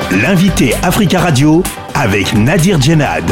L'invité Africa Radio avec Nadir Djenad.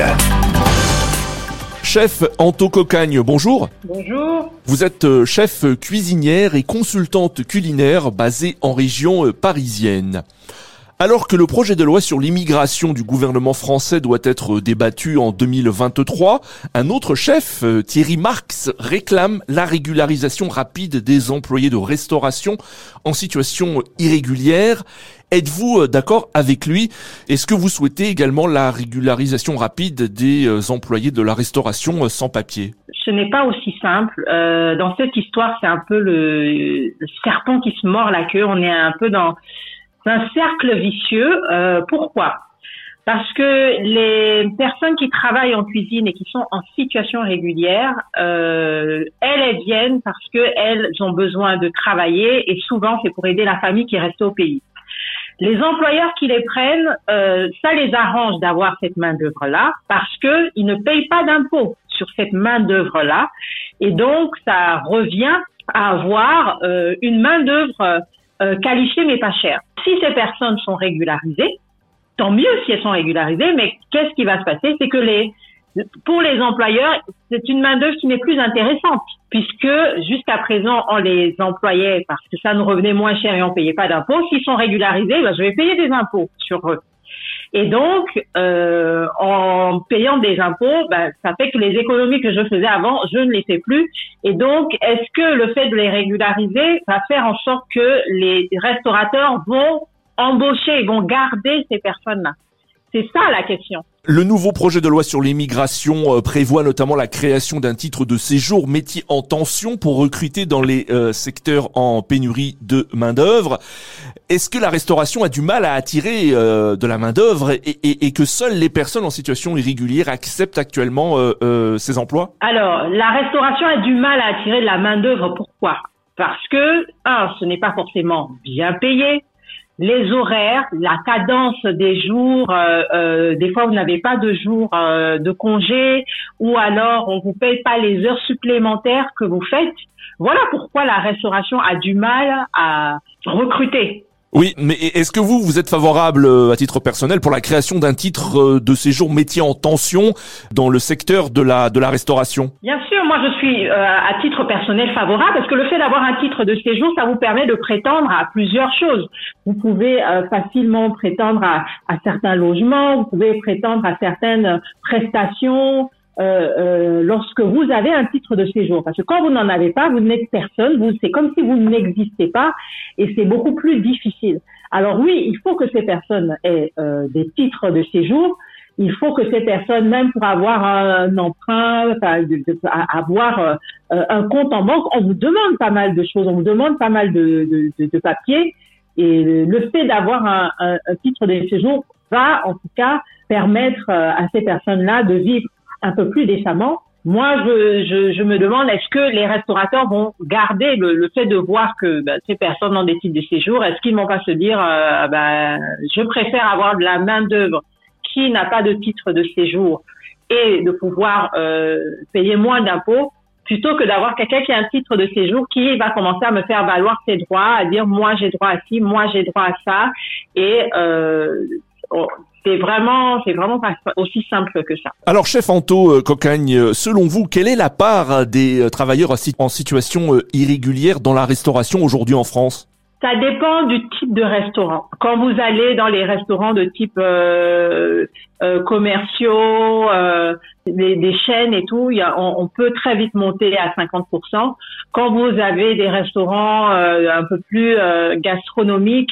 Chef Anto Cocagne, bonjour. Bonjour. Vous êtes chef cuisinière et consultante culinaire basée en région parisienne. Alors que le projet de loi sur l'immigration du gouvernement français doit être débattu en 2023, un autre chef, Thierry Marx, réclame la régularisation rapide des employés de restauration en situation irrégulière. Êtes-vous d'accord avec lui? Est-ce que vous souhaitez également la régularisation rapide des employés de la restauration sans papier? Ce n'est pas aussi simple. Dans cette histoire, c'est un peu le serpent qui se mord la queue. On est un peu dans un cercle vicieux. Pourquoi? Parce que les personnes qui travaillent en cuisine et qui sont en situation régulière, elles viennent parce qu'elles ont besoin de travailler et souvent c'est pour aider la famille qui reste au pays. Les employeurs qui les prennent, ça les arrange d'avoir cette main-d'œuvre-là parce que ils ne payent pas d'impôts sur cette main-d'œuvre-là et donc ça revient à avoir une main-d'œuvre qualifiées mais pas chères. Si ces personnes sont régularisées, tant mieux si elles sont régularisées, mais qu'est-ce qui va se passer? C'est que pour les employeurs, c'est une main-d'œuvre qui n'est plus intéressante, puisque jusqu'à présent, on les employait parce que ça nous revenait moins cher et on payait pas d'impôts. S'ils sont régularisés, je vais payer des impôts sur eux. Et donc, en payant des impôts, ça fait que les économies que je faisais avant, je ne les fais plus. Et donc, est-ce que le fait de les régulariser va faire en sorte que les restaurateurs vont embaucher, vont garder ces personnes-là? C'est ça la question. Le nouveau projet de loi sur l'immigration prévoit notamment la création d'un titre de séjour métier en tension pour recruter dans les secteurs en pénurie de main-d'œuvre. Est-ce que la restauration a du mal à attirer de la main-d'œuvre et que seules les personnes en situation irrégulière acceptent actuellement ces emplois? Alors, la restauration a du mal à attirer de la main-d'œuvre. Pourquoi? Parce que, ce n'est pas forcément bien payé. Les horaires, la cadence des jours, des fois vous n'avez pas de jours de congé ou alors on vous paye pas les heures supplémentaires que vous faites. Voilà pourquoi la restauration a du mal à recruter. Oui, mais est-ce que vous êtes favorable à titre personnel pour la création d'un titre de séjour métier en tension dans le secteur de la restauration? Bien sûr, moi je suis à titre personnel favorable parce que le fait d'avoir un titre de séjour, ça vous permet de prétendre à plusieurs choses. Vous pouvez facilement prétendre à certains logements, vous pouvez prétendre à certaines prestations lorsque vous avez un titre de séjour. Parce que quand vous n'en avez pas, vous n'êtes personne, c'est comme si vous n'existez pas et c'est beaucoup plus difficile. Alors oui, il faut que ces personnes aient des titres de séjour. Il faut que ces personnes, même pour avoir un emprunt, avoir un compte en banque, on vous demande pas mal de choses, on vous demande pas mal de papiers. Et le fait d'avoir un titre de séjour va en tout cas permettre à ces personnes-là de vivre un peu plus décemment. Moi, je me demande, est-ce que les restaurateurs vont garder le fait de voir que ces personnes ont des titres de séjour? Est-ce qu'ils vont pas se dire, je préfère avoir de la main-d'œuvre qui n'a pas de titre de séjour et de pouvoir payer moins d'impôts plutôt que d'avoir quelqu'un qui a un titre de séjour qui va commencer à me faire valoir ses droits, à dire moi j'ai droit à ci, moi j'ai droit à ça et c'est vraiment pas aussi simple que ça. Alors, chef Anto Cocagne, selon vous, quelle est la part des travailleurs en situation irrégulière dans la restauration aujourd'hui en France? Ça dépend du type de restaurant. Quand vous allez dans les restaurants de type commerciaux, des chaînes et tout, on peut très vite monter à 50%. Quand vous avez des restaurants un peu plus gastronomiques,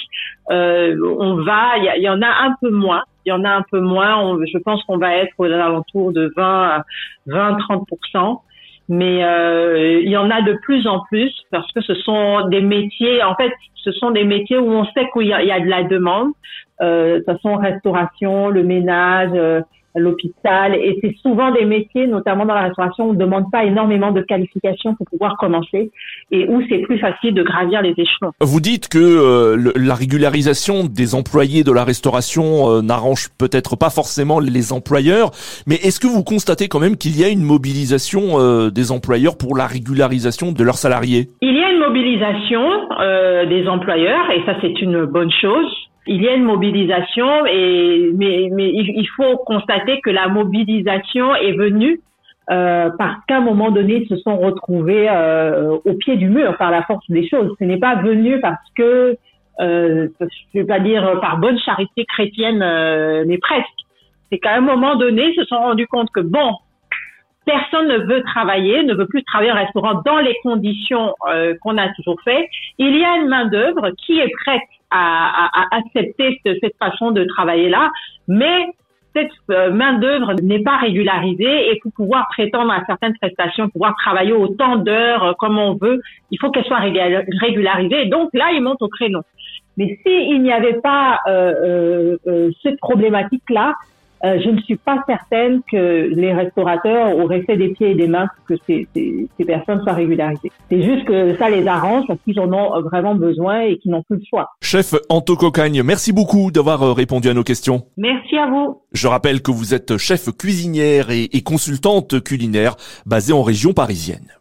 il y en a un peu moins. Je pense qu'on va être aux alentours de 20-30%. Mais il y en a de plus en plus parce que ce sont des métiers, où on sait qu'il y a de la demande. De toute façon, restauration, le ménage, l'hôpital, et c'est souvent des métiers, notamment dans la restauration, où on ne demande pas énormément de qualifications pour pouvoir commencer et où c'est plus facile de gravir les échelons. Vous dites que la régularisation des employés de la restauration n'arrange peut-être pas forcément les employeurs, mais est-ce que vous constatez quand même qu'il y a une mobilisation des employeurs pour la régularisation de leurs salariés? Il y a une mobilisation des employeurs et ça c'est une bonne chose. Il y a une mobilisation, mais il faut constater que la mobilisation est venue parce qu'à un moment donné, ils se sont retrouvés au pied du mur par la force des choses. Ce n'est pas venu parce que, je vais pas dire par bonne charité chrétienne, mais presque. C'est qu'à un moment donné, ils se sont rendus compte que personne ne veut travailler, ne veut plus travailler au restaurant dans les conditions qu'on a toujours fait. Il y a une main-d'œuvre qui est prête à accepter cette façon de travailler là, mais cette main-d'œuvre n'est pas régularisée et pour pouvoir prétendre à certaines prestations, pouvoir travailler autant d'heures comme on veut, il faut qu'elle soit régularisée. Et donc là, ils montent au créneau. Mais s'il n'y avait pas cette problématique-là, je ne suis pas certaine que les restaurateurs auraient fait des pieds et des mains pour que ces personnes soient régularisées. C'est juste que ça les arrange parce qu'ils en ont vraiment besoin et qu'ils n'ont plus le choix. Chef Anto Cocagne, merci beaucoup d'avoir répondu à nos questions. Merci à vous. Je rappelle que vous êtes chef cuisinière et consultante culinaire basée en région parisienne.